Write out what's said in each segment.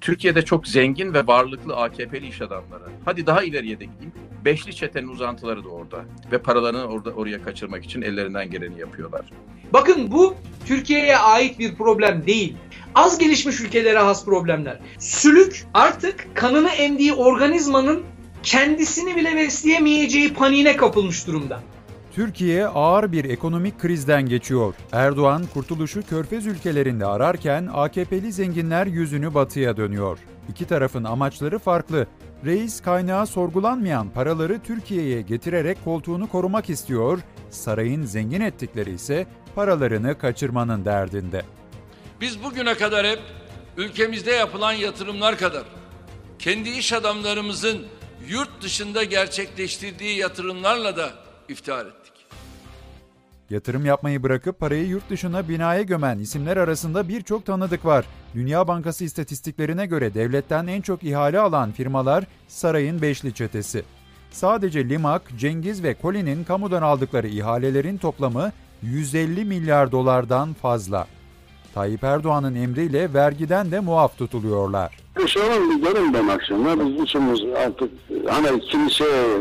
Türkiye'de çok zengin ve varlıklı AKP'li iş adamları. Hadi daha ileriye de gideyim. Beşli çetenin uzantıları da orada. Ve paralarını oraya kaçırmak için ellerinden geleni yapıyorlar. Bakın bu Türkiye'ye ait bir problem değil. Az gelişmiş ülkelere has problemler. Sülük artık kanını emdiği organizmanın kendisini bile besleyemeyeceği paniğine kapılmış durumda. Türkiye ağır bir ekonomik krizden geçiyor. Erdoğan kurtuluşu Körfez ülkelerinde ararken AKP'li zenginler yüzünü batıya dönüyor. İki tarafın amaçları farklı. Reis kaynağı sorgulanmayan paraları Türkiye'ye getirerek koltuğunu korumak istiyor. Sarayın zengin ettikleri ise paralarını kaçırmanın derdinde. Biz bugüne kadar hep ülkemizde yapılan yatırımlar kadar kendi iş adamlarımızın yurt dışında gerçekleştirdiği yatırımlarla da iftihar ettik. Yatırım yapmayı bırakıp parayı yurt dışına binaya gömen isimler arasında birçok tanıdık var. Dünya Bankası istatistiklerine göre devletten en çok ihale alan firmalar sarayın beşli çetesi. Sadece Limak, Cengiz ve Colin'in kamudan aldıkları ihalelerin toplamı 150 milyar dolardan fazla. Tayyip Erdoğan'ın emriyle vergiden de muaf tutuluyorlar. Sorun bir görün ben akşamlar. Biz üçümüz artık hani kimse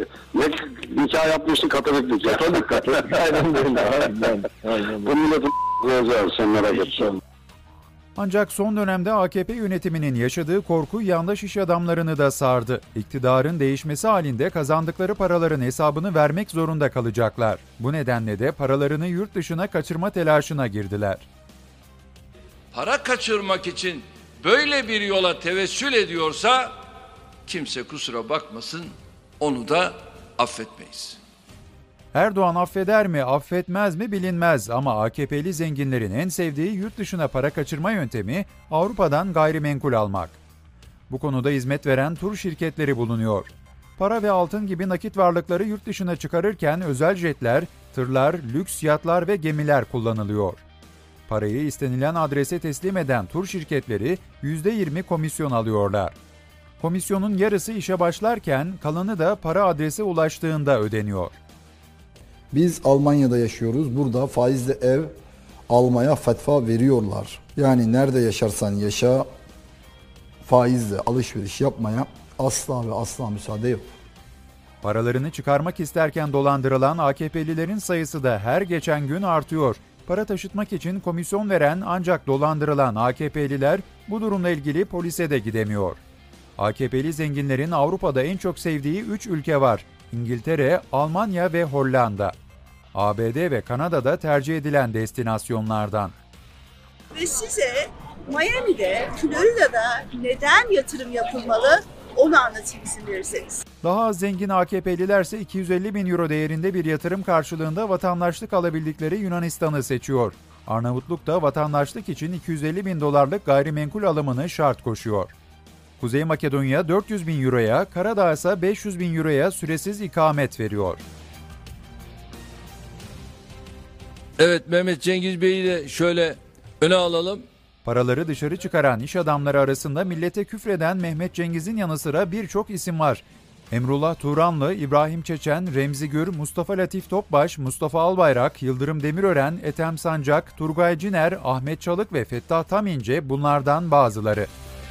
nikah yapmıştı Katolik nikah. Katolik. Aynen öyle. Bu milletin koyacağız sen merak etme. Ancak son dönemde AKP yönetiminin yaşadığı korku yandaş iş adamlarını da sardı. İktidarın değişmesi halinde kazandıkları paraların hesabını vermek zorunda kalacaklar. Bu nedenle de paralarını yurt dışına kaçırma telaşına girdiler. Para kaçırmak için böyle bir yola tevessül ediyorsa kimse kusura bakmasın, onu da affetmeyiz. Erdoğan affeder mi, affetmez mi bilinmez ama AKP'li zenginlerin en sevdiği yurt dışına para kaçırma yöntemi Avrupa'dan gayrimenkul almak. Bu konuda hizmet veren tur şirketleri bulunuyor. Para ve altın gibi nakit varlıkları yurt dışına çıkarırken özel jetler, tırlar, lüks yatlar ve gemiler kullanılıyor. Parayı istenilen adrese teslim eden tur şirketleri %20 komisyon alıyorlar. Komisyonun yarısı işe başlarken kalanı da para adrese ulaştığında ödeniyor. Biz Almanya'da yaşıyoruz. Burada faizli ev almaya fetva veriyorlar. Yani nerede yaşarsan yaşa, faizle alışveriş yapmaya asla ve asla müsaade yok. Paralarını çıkarmak isterken dolandırılan AKP'lilerin sayısı da her geçen gün artıyor. Para taşıtmak için komisyon veren ancak dolandırılan AKP'liler bu durumla ilgili polise de gidemiyor. AKP'li zenginlerin Avrupa'da en çok sevdiği 3 ülke var. İngiltere, Almanya ve Hollanda. ABD ve Kanada'da tercih edilen destinasyonlardan. Ve size Miami'de, Florida'da neden yatırım yapılmalı onu anlatayım izin verirseniz. Daha az zengin AKP'lilerse 250 bin euro değerinde bir yatırım karşılığında vatandaşlık alabildikleri Yunanistan'ı seçiyor. Arnavutluk da vatandaşlık için 250 bin dolarlık gayrimenkul alımını şart koşuyor. Kuzey Makedonya 400 bin euroya, Karadağ ise 500 bin euroya süresiz ikamet veriyor. Evet, Mehmet Cengiz Bey'i de şöyle öne alalım. Paraları dışarı çıkaran iş adamları arasında millete küfreden Mehmet Cengiz'in yanı sıra birçok isim var. Emrullah Turanlı, İbrahim Çeçen, Remzi Gür, Mustafa Latif Topbaş, Mustafa Albayrak, Yıldırım Demirören, Ethem Sancak, Turgay Ciner, Ahmet Çalık ve Fettah Tamince bunlardan bazıları.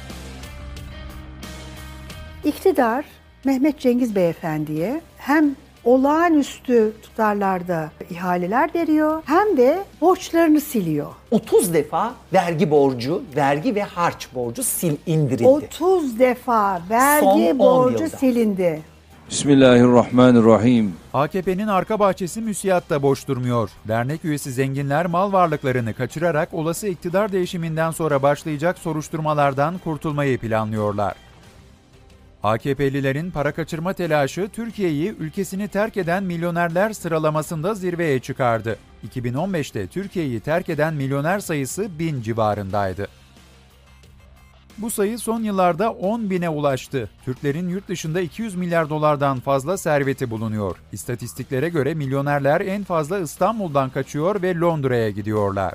İktidar Mehmet Cengiz Beyefendi'ye hem olağanüstü tutarlarda ihaleler veriyor hem de borçlarını siliyor. 30 defa vergi borcu, vergi ve harç borcu indirildi. 30 defa vergi borcu silindi. Bismillahirrahmanirrahim. AKP'nin arka bahçesi müsiyatta boş durmuyor. Dernek üyesi zenginler mal varlıklarını kaçırarak olası iktidar değişiminden sonra başlayacak soruşturmalardan kurtulmayı planlıyorlar. AKP'lilerin para kaçırma telaşı Türkiye'yi ülkesini terk eden milyonerler sıralamasında zirveye çıkardı. 2015'te Türkiye'yi terk eden milyoner sayısı 1000 civarındaydı. Bu sayı son yıllarda 10 bine ulaştı. Türklerin yurt dışında 200 milyar dolardan fazla serveti bulunuyor. İstatistiklere göre milyonerler en fazla İstanbul'dan kaçıyor ve Londra'ya gidiyorlar.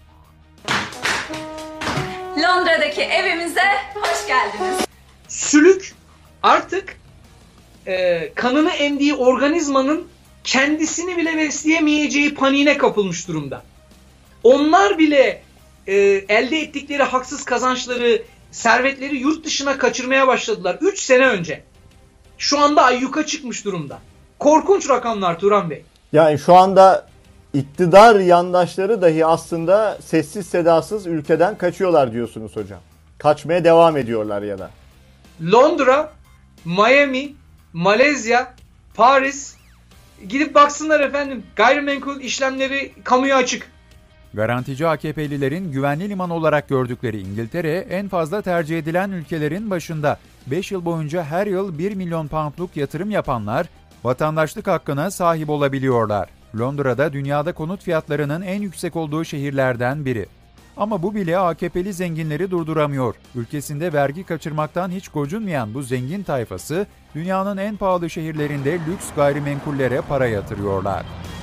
Londra'daki evimize hoş geldiniz. Sülük artık kanını emdiği organizmanın kendisini bile besleyemeyeceği paniğine kapılmış durumda. Onlar bile elde ettikleri haksız kazançları servetleri yurt dışına kaçırmaya başladılar 3 sene önce. Şu anda ayyuka çıkmış durumda. Korkunç rakamlar Turan Bey. Yani şu anda iktidar yandaşları dahi aslında sessiz sedasız ülkeden kaçıyorlar diyorsunuz hocam. Kaçmaya devam ediyorlar ya da. Londra, Miami, Malezya, Paris, gidip baksınlar efendim. Gayrimenkul işlemleri kamuya açık. Garantici AKP'lilerin güvenli liman olarak gördükleri İngiltere en fazla tercih edilen ülkelerin başında. 5 yıl boyunca her yıl 1 milyon poundluk yatırım yapanlar vatandaşlık hakkına sahip olabiliyorlar. Londra'da dünyada konut fiyatlarının en yüksek olduğu şehirlerden biri. Ama bu bile AKP'li zenginleri durduramıyor. Ülkesinde vergi kaçırmaktan hiç gocunmayan bu zengin tayfası, dünyanın en pahalı şehirlerinde lüks gayrimenkullere para yatırıyorlar.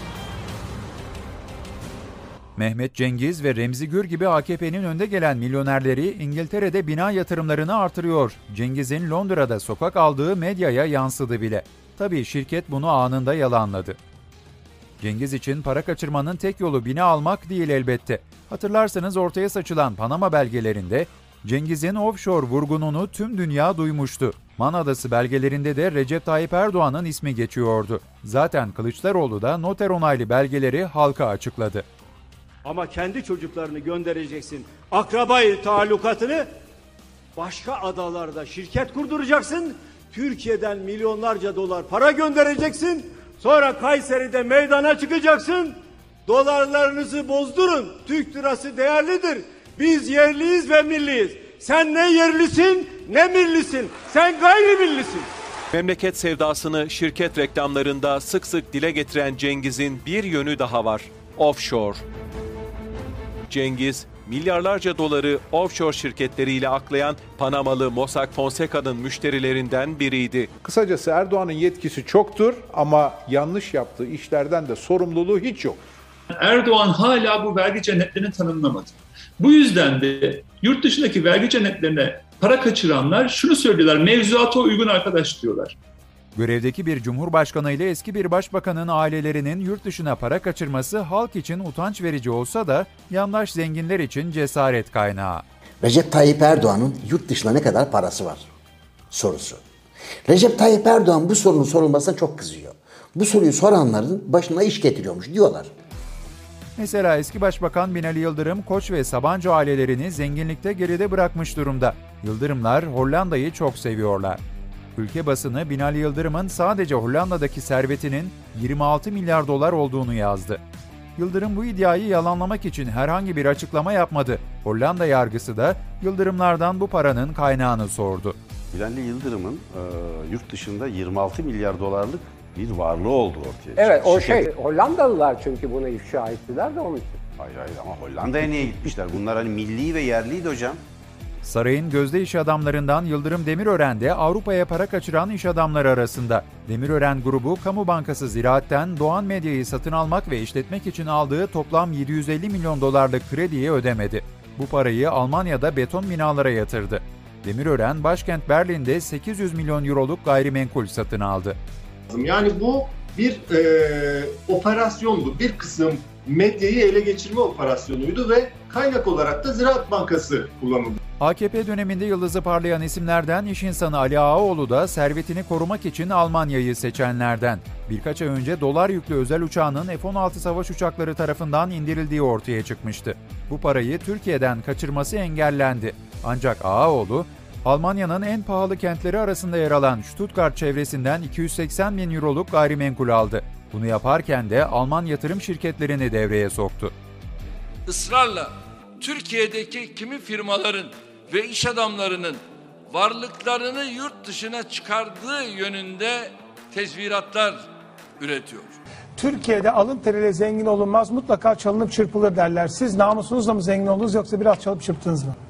Mehmet Cengiz ve Remzi Gür gibi AKP'nin önde gelen milyonerleri İngiltere'de bina yatırımlarını artırıyor. Cengiz'in Londra'da sokak aldığı medyaya yansıdı bile. Tabii şirket bunu anında yalanladı. Cengiz için para kaçırmanın tek yolu bina almak değil elbette. Hatırlarsanız ortaya saçılan Panama belgelerinde Cengiz'in offshore vurgununu tüm dünya duymuştu. Man Adası belgelerinde de Recep Tayyip Erdoğan'ın ismi geçiyordu. Zaten Kılıçdaroğlu da noter onaylı belgeleri halka açıkladı. Ama kendi çocuklarını göndereceksin. Akrabayı talukatını başka adalarda şirket kurduracaksın. Türkiye'den milyonlarca dolar para göndereceksin. Sonra Kayseri'de meydana çıkacaksın. Dolarlarınızı bozdurun. Türk lirası değerlidir. Biz yerliyiz ve milliyiz. Sen ne yerlisin ne millisin. Sen gayrimillisin. Memleket sevdasını şirket reklamlarında sık sık dile getiren Cengiz'in bir yönü daha var. Offshore. Cengiz, milyarlarca doları offshore şirketleriyle aklayan Panamalı Mossack Fonseca'nın müşterilerinden biriydi. Kısacası Erdoğan'ın yetkisi çoktur ama yanlış yaptığı işlerden de sorumluluğu hiç yok. Erdoğan hala bu vergi cennetlerini tanımlamadı. Bu yüzden de yurt dışındaki vergi cennetlerine para kaçıranlar şunu söylüyorlar, mevzuata uygun arkadaş diyorlar. Görevdeki bir cumhurbaşkanı ile eski bir başbakanın ailelerinin yurt dışına para kaçırması halk için utanç verici olsa da yandaş zenginler için cesaret kaynağı. Recep Tayyip Erdoğan'ın yurt dışına ne kadar parası var sorusu. Recep Tayyip Erdoğan bu sorunun sorulmasına çok kızıyor. Bu soruyu soranların başına iş getiriyormuş diyorlar. Mesela eski Başbakan Binali Yıldırım, Koç ve Sabancı ailelerini zenginlikte geride bırakmış durumda. Yıldırımlar Hollanda'yı çok seviyorlar. Ülke basını Binali Yıldırım'ın sadece Hollanda'daki servetinin 26 milyar dolar olduğunu yazdı. Yıldırım bu iddiayı yalanlamak için herhangi bir açıklama yapmadı. Hollanda yargısı da Yıldırımlardan bu paranın kaynağını sordu. Binali Yıldırım'ın yurt dışında 26 milyar dolarlık bir varlığı oldu ortaya. Evet, o Hollandalılar çünkü bunu ifşa ettiler de onun için. Hayır ama Hollanda'ya niye gitmişler? Bunlar hani milli ve yerliydi hocam. Sarayın gözde iş adamlarından Yıldırım Demirören de Avrupa'ya para kaçıran iş adamları arasında. Demirören grubu, Kamu Bankası Ziraat'ten Doğan Medya'yı satın almak ve işletmek için aldığı toplam 750 milyon dolarlık krediyi ödemedi. Bu parayı Almanya'da beton binalara yatırdı. Demirören, başkent Berlin'de 800 milyon euroluk gayrimenkul satın aldı. Yani bu bir operasyondu, bir kısım medyayı ele geçirme operasyonuydu ve kaynak olarak da Ziraat Bankası kullanıldı. AKP döneminde yıldızı parlayan isimlerden iş insanı Ali Ağaoğlu da servetini korumak için Almanya'yı seçenlerden. Birkaç ay önce dolar yüklü özel uçağının F-16 savaş uçakları tarafından indirildiği ortaya çıkmıştı. Bu parayı Türkiye'den kaçırması engellendi. Ancak Ağaoğlu, Almanya'nın en pahalı kentleri arasında yer alan Stuttgart çevresinden 280 bin euroluk gayrimenkul aldı. Bunu yaparken de Alman yatırım şirketlerini devreye soktu. Israrla Türkiye'deki kimi firmaların ve iş adamlarının varlıklarını yurt dışına çıkardığı yönünde tezviratlar üretiyor. Türkiye'de alın teriyle zengin olunmaz, mutlaka çalınıp çırpılır derler. Siz namusunuzla mı zengin oldunuz yoksa biraz çalıp çırptınız mı?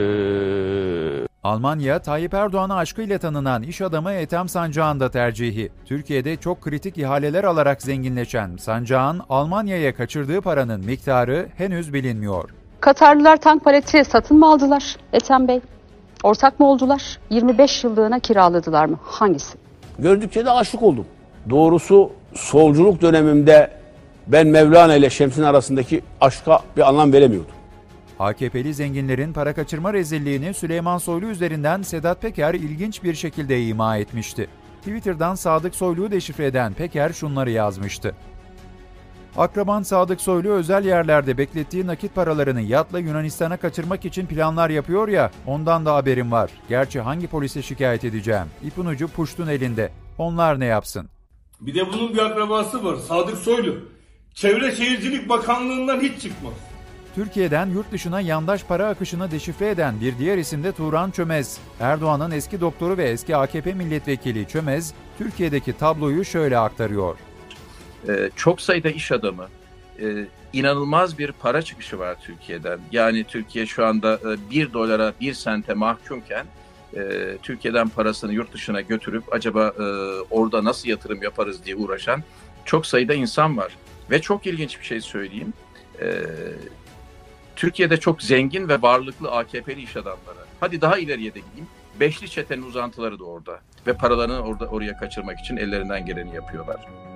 Almanya, Tayyip Erdoğan'a aşkıyla tanınan iş adamı Ethem Sancak'ın da tercihi. Türkiye'de çok kritik ihaleler alarak zenginleşen Sancak'ın Almanya'ya kaçırdığı paranın miktarı henüz bilinmiyor. Katarlılar tank paleti satın mı aldılar Ethem Bey? Ortak mı oldular? 25 yıllığına kiraladılar mı? Hangisi? Gördükçe de aşık oldum. Doğrusu solculuk dönemimde ben Mevlana ile Şems'in arasındaki aşka bir anlam veremiyordum. AKP'li zenginlerin para kaçırma rezilliğini Süleyman Soylu üzerinden Sedat Peker ilginç bir şekilde ima etmişti. Twitter'dan Sadık Soylu'yu deşifre eden Peker şunları yazmıştı. Akraban Sadık Soylu özel yerlerde beklettiği nakit paralarını yatla Yunanistan'a kaçırmak için planlar yapıyor ya, ondan da haberim var. Gerçi hangi polise şikayet edeceğim? İpin ucu Puşt'un elinde. Onlar ne yapsın? Bir de bunun bir akrabası var, Sadık Soylu. Çevre Şehircilik Bakanlığı'ndan hiç çıkmaz. Türkiye'den yurt dışına yandaş para akışını deşifre eden bir diğer isim de Turan Çömez. Erdoğan'ın eski doktoru ve eski AKP milletvekili Çömez, Türkiye'deki tabloyu şöyle aktarıyor. Çok sayıda iş adamı, inanılmaz bir para çıkışı var Türkiye'den. Yani Türkiye şu anda 1 dolara 1 sente mahkumken Türkiye'den parasını yurt dışına götürüp acaba orada nasıl yatırım yaparız diye uğraşan çok sayıda insan var. Ve çok ilginç bir şey söyleyeyim. Türkiye'de çok zengin ve varlıklı AKP'li iş adamları. Hadi daha ileriye de gideyim. Beşli çetenin uzantıları da orada. Ve paralarını oraya kaçırmak için ellerinden geleni yapıyorlar.